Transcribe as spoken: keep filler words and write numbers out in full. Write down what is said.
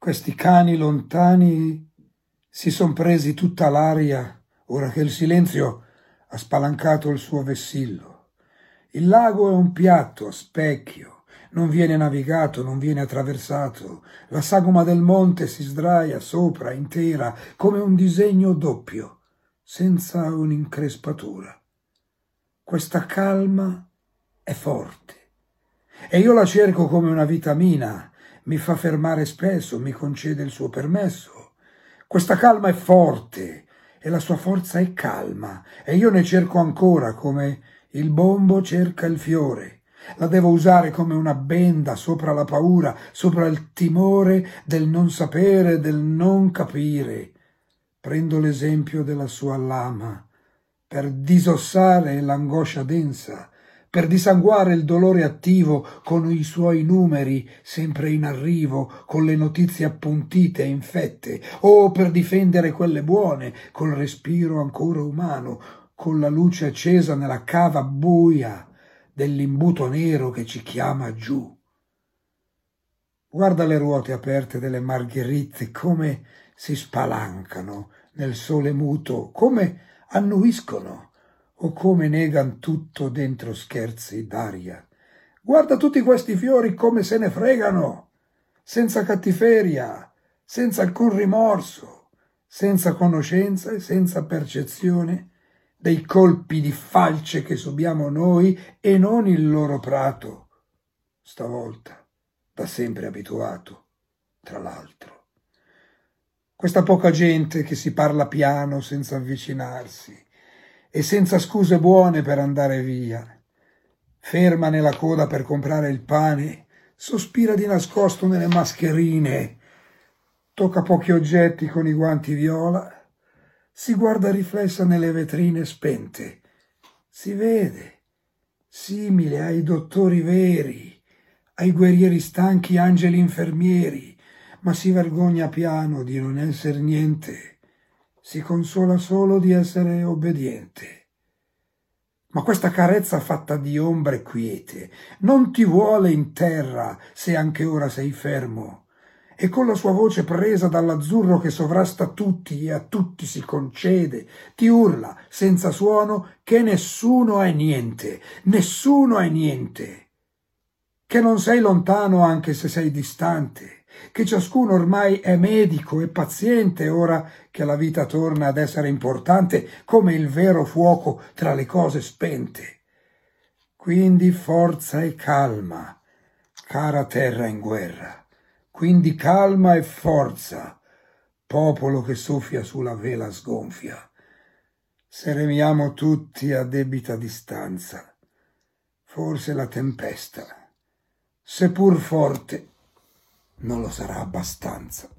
Questi cani lontani si son presi tutta l'aria, ora che il silenzio ha spalancato il suo vessillo. Il lago è un piatto a specchio, non viene navigato, non viene attraversato. La sagoma del monte si sdraia sopra, intera, come un disegno doppio, senza un'increspatura. Questa calma è forte e io la cerco come una vitamina, mi fa fermare spesso, mi concede il suo permesso. Questa calma è forte e la sua forza è calma e io ne cerco ancora come il bombo cerca il fiore. La devo usare come una benda sopra la paura, sopra il timore del non sapere, del non capire. Prendo l'esempio della sua lama per disossare l'angoscia densa, per disanguare il dolore attivo con i suoi numeri sempre in arrivo, con le notizie appuntite e infette, o per difendere quelle buone, col respiro ancora umano, con la luce accesa nella cava buia dell'imbuto nero che ci chiama giù. Guarda le ruote aperte delle margherite come si spalancano nel sole muto, come annuiscono o come negan tutto dentro scherzi d'aria. Guarda tutti questi fiori come se ne fregano, senza cattiveria, senza alcun rimorso, senza conoscenza e senza percezione dei colpi di falce che subiamo noi e non il loro prato, stavolta da sempre abituato, tra l'altro. Questa poca gente che si parla piano senza avvicinarsi e senza scuse buone per andare via, ferma nella coda per comprare il pane, sospira di nascosto nelle mascherine, tocca pochi oggetti con i guanti viola, si guarda riflessa nelle vetrine spente, si vede, simile ai dottori veri, ai guerrieri stanchi angeli infermieri, ma si vergogna piano di non essere niente, si consola solo di essere obbediente. Ma questa carezza fatta di ombre quiete non ti vuole in terra se anche ora sei fermo, e con la sua voce presa dall'azzurro che sovrasta tutti e a tutti si concede, ti urla senza suono che nessuno è niente, nessuno è niente, che non sei lontano anche se sei distante, che ciascuno ormai è medico e paziente ora che la vita torna ad essere importante come il vero fuoco tra le cose spente. Quindi forza e calma, cara terra in guerra, quindi calma e forza, popolo che soffia sulla vela sgonfia. Se remiamo tutti a debita distanza, forse la tempesta, seppur forte, non lo sarà abbastanza.